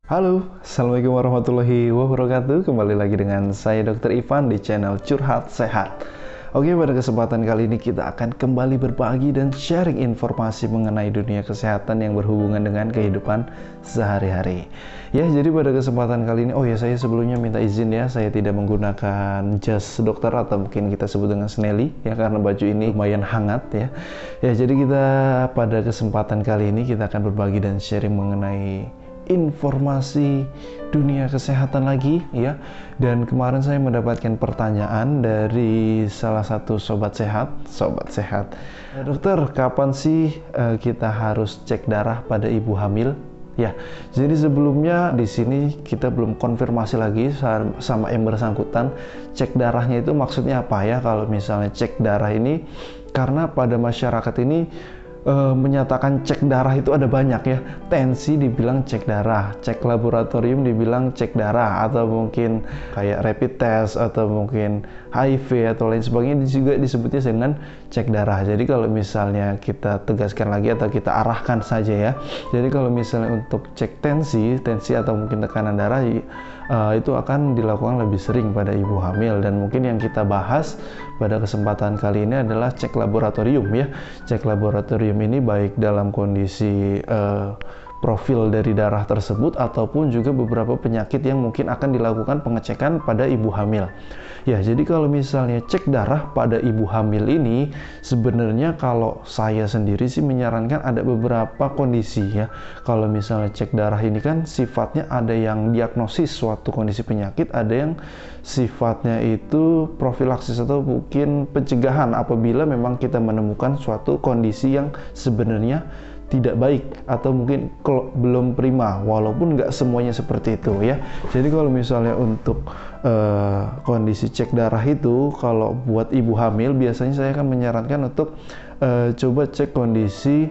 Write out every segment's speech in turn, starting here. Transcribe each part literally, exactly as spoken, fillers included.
Halo, Assalamualaikum warahmatullahi wabarakatuh. Kembali lagi dengan saya dokter Ivan di channel Curhat Sehat. Oke, pada kesempatan kali ini kita akan kembali berbagi dan sharing informasi mengenai dunia kesehatan yang berhubungan dengan kehidupan sehari-hari. Ya, jadi pada kesempatan kali ini, oh ya saya sebelumnya minta izin ya, saya tidak menggunakan jas dokter atau mungkin kita sebut dengan Snelly ya, karena baju ini lumayan hangat ya. Ya, jadi kita pada kesempatan kali ini kita akan berbagi dan sharing mengenai informasi dunia kesehatan lagi ya. Dan kemarin saya mendapatkan pertanyaan dari salah satu sobat sehat sobat sehat dokter, kapan sih uh, kita harus cek darah pada ibu hamil? Ya, jadi sebelumnya di sini kita belum konfirmasi lagi sama yang bersangkutan cek darahnya itu maksudnya apa ya. Kalau misalnya cek darah ini, karena pada masyarakat ini Uh, menyatakan cek darah itu ada banyak ya. Tensi dibilang cek darah, cek laboratorium dibilang cek darah, atau mungkin kayak rapid test, atau mungkin H I V atau lain sebagainya juga disebutnya dengan cek darah. Jadi kalau misalnya kita tegaskan lagi atau kita arahkan saja ya. Jadi kalau misalnya untuk cek tensi, tensi atau mungkin tekanan darah uh, itu akan dilakukan lebih sering pada ibu hamil, dan mungkin yang kita bahas pada kesempatan kali ini adalah cek laboratorium ya. Cek laboratorium ini baik dalam kondisi uh, profil dari darah tersebut ataupun juga beberapa penyakit yang mungkin akan dilakukan pengecekan pada ibu hamil. Ya, jadi kalau misalnya cek darah pada ibu hamil ini, sebenarnya kalau saya sendiri sih menyarankan ada beberapa kondisi ya. Kalau misalnya cek darah ini kan sifatnya ada yang diagnosis suatu kondisi penyakit, ada yang sifatnya itu profilaksis atau mungkin pencegahan apabila memang kita menemukan suatu kondisi yang sebenarnya tidak baik atau mungkin belum prima, walaupun nggak semuanya seperti itu ya. Jadi kalau misalnya untuk uh, kondisi cek darah itu, kalau buat ibu hamil biasanya saya akan menyarankan untuk uh, coba cek kondisi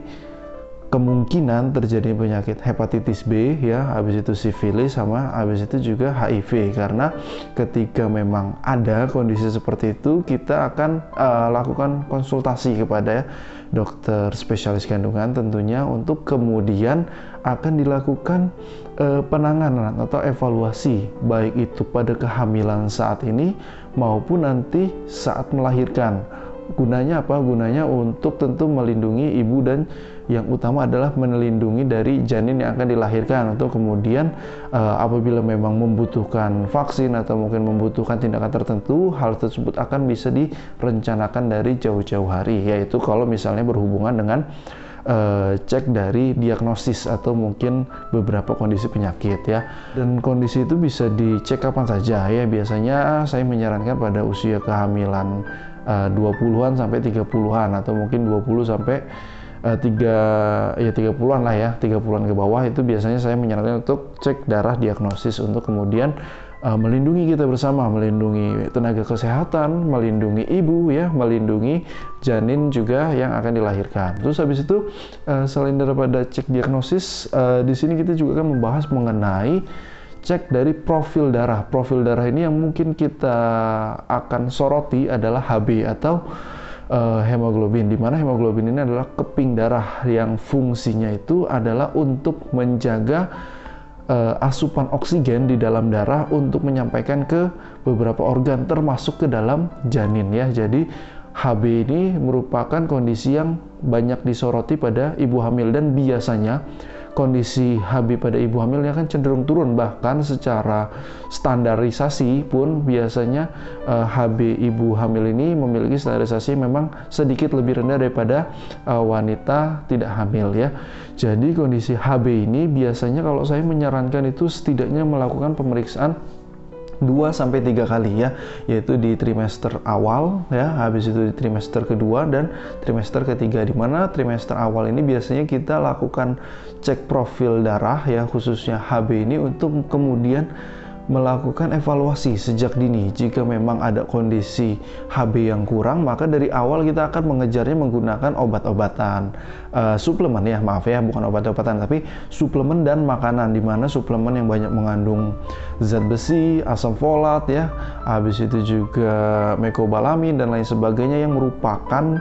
kemungkinan terjadi penyakit hepatitis B ya, habis itu sifilis, sama habis itu juga H I V. Karena ketika memang ada kondisi seperti itu, kita akan uh, lakukan konsultasi kepada dokter spesialis kandungan tentunya, untuk kemudian akan dilakukan uh, penanganan atau evaluasi baik itu pada kehamilan saat ini maupun nanti saat melahirkan. Gunanya apa? Gunanya untuk tentu melindungi ibu, dan yang utama adalah melindungi dari janin yang akan dilahirkan, untuk kemudian uh, apabila memang membutuhkan vaksin atau mungkin membutuhkan tindakan tertentu, hal tersebut akan bisa direncanakan dari jauh-jauh hari, yaitu kalau misalnya berhubungan dengan Uh, cek dari diagnosis atau mungkin beberapa kondisi penyakit ya. Dan kondisi itu bisa dicek kapan saja ya. Biasanya saya menyarankan pada usia kehamilan uh, dua puluhan sampai tiga puluhan, atau mungkin dua puluh sampai uh, tiga ya tiga puluhan lah ya, tiga puluhan ke bawah itu biasanya saya menyarankan untuk cek darah diagnosis, untuk kemudian Uh, melindungi kita bersama, melindungi tenaga kesehatan, melindungi ibu ya, melindungi janin juga yang akan dilahirkan. Terus habis itu uh, selain daripada cek diagnosis, uh, di sini kita juga akan membahas mengenai cek dari profil darah. Profil darah ini yang mungkin kita akan soroti adalah H B atau uh, hemoglobin, di mana hemoglobin ini adalah keping darah yang fungsinya itu adalah untuk menjaga Uh, asupan oksigen di dalam darah untuk menyampaikan ke beberapa organ termasuk ke dalam janin ya. Jadi H B ini merupakan kondisi yang banyak disoroti pada ibu hamil, dan biasanya kondisi H B pada ibu hamil akan cenderung turun, bahkan secara standarisasi pun biasanya uh, H B ibu hamil ini memiliki standarisasi yang memang sedikit lebih rendah daripada uh, wanita tidak hamil ya. Jadi kondisi H B ini biasanya kalau saya menyarankan itu setidaknya melakukan pemeriksaan dua sampai tiga kali ya, yaitu di trimester awal ya, habis itu di trimester kedua dan trimester ketiga, di mana trimester awal ini biasanya kita lakukan cek profil darah ya, khususnya H B ini, untuk kemudian melakukan evaluasi sejak dini. Jika memang ada kondisi H B yang kurang, maka dari awal kita akan mengejarnya menggunakan obat-obatan, uh, suplemen ya, maaf ya, bukan obat-obatan tapi suplemen dan makanan, di mana suplemen yang banyak mengandung zat besi, asam folat ya, habis itu juga mecobalamin dan lain sebagainya, yang merupakan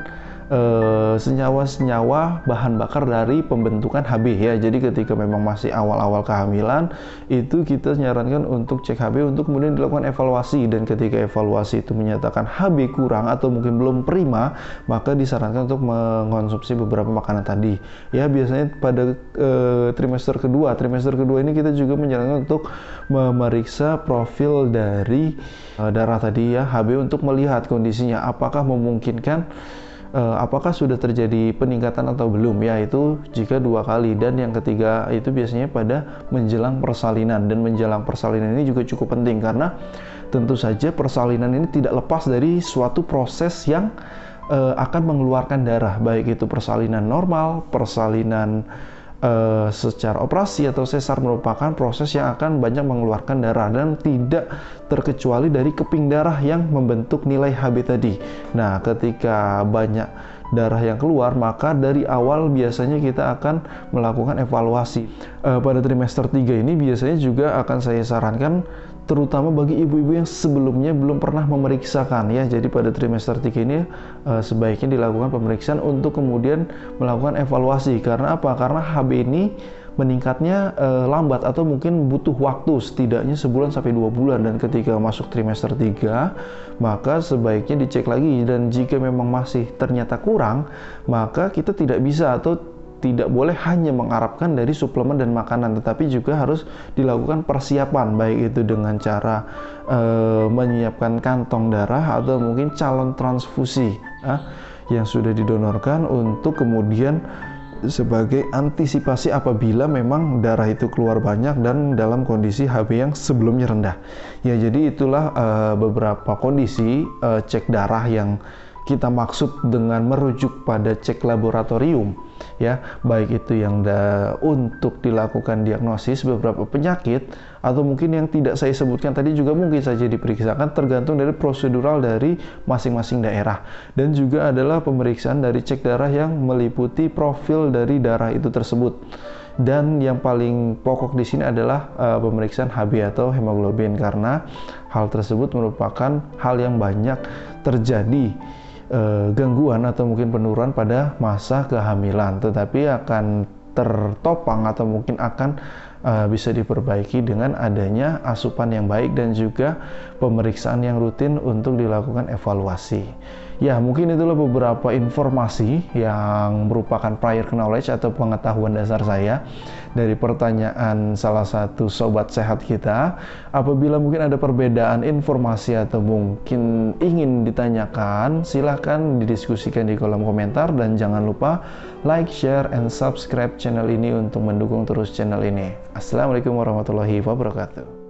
senyawa-senyawa bahan bakar dari pembentukan H B ya. Jadi ketika memang masih awal-awal kehamilan itu kita menyarankan untuk cek H B untuk kemudian dilakukan evaluasi, dan ketika evaluasi itu menyatakan H B kurang atau mungkin belum prima, maka disarankan untuk mengonsumsi beberapa makanan tadi ya. Biasanya pada e, trimester kedua trimester kedua ini kita juga menyarankan untuk memeriksa profil dari e, darah tadi ya, H B, untuk melihat kondisinya apakah memungkinkan, Uh, apakah sudah terjadi peningkatan atau belum ya. Itu jika dua kali, dan yang ketiga itu biasanya pada menjelang persalinan. Dan menjelang persalinan ini juga cukup penting karena tentu saja persalinan ini tidak lepas dari suatu proses yang uh, akan mengeluarkan darah, baik itu persalinan normal, persalinan Uh, secara operasi atau sesar, merupakan proses yang akan banyak mengeluarkan darah dan tidak terkecuali dari keping darah yang membentuk nilai H B tadi. Nah, ketika banyak darah yang keluar, maka dari awal biasanya kita akan melakukan evaluasi. Uh, pada trimester tiga ini biasanya juga akan saya sarankan, terutama bagi ibu-ibu yang sebelumnya belum pernah memeriksakan ya. Jadi pada trimester tiga ini e, sebaiknya dilakukan pemeriksaan untuk kemudian melakukan evaluasi. Karena apa? Karena H B ini meningkatnya e, lambat atau mungkin butuh waktu setidaknya sebulan sampai dua bulan. Dan ketika masuk trimester tiga, maka sebaiknya dicek lagi, dan jika memang masih ternyata kurang, maka kita tidak bisa atau tidak boleh hanya mengharapkan dari suplemen dan makanan, tetapi juga harus dilakukan persiapan, baik itu dengan cara e, menyiapkan kantong darah atau mungkin calon transfusi ya, yang sudah didonorkan, untuk kemudian sebagai antisipasi apabila memang darah itu keluar banyak dan dalam kondisi H B yang sebelumnya rendah ya. Jadi itulah e, beberapa kondisi e, cek darah yang kita maksud dengan merujuk pada cek laboratorium ya, baik itu yang da, untuk dilakukan diagnosis beberapa penyakit, atau mungkin yang tidak saya sebutkan tadi juga mungkin saja diperiksakan, tergantung dari prosedural dari masing-masing daerah. Dan juga adalah pemeriksaan dari cek darah yang meliputi profil dari darah itu tersebut. Dan yang paling pokok di sini adalah uh, pemeriksaan H B atau hemoglobin, karena hal tersebut merupakan hal yang banyak terjadi Uh, gangguan atau mungkin penurunan pada masa kehamilan, tetapi akan tertopang atau mungkin akan uh, bisa diperbaiki dengan adanya asupan yang baik dan juga pemeriksaan yang rutin untuk dilakukan evaluasi. Ya, mungkin itulah beberapa informasi yang merupakan prior knowledge atau pengetahuan dasar saya dari pertanyaan salah satu sobat sehat kita. Apabila mungkin ada perbedaan informasi atau mungkin ingin ditanyakan, silahkan didiskusikan di kolom komentar, dan jangan lupa like, share, and subscribe channel ini untuk mendukung terus channel ini. Assalamualaikum warahmatullahi wabarakatuh.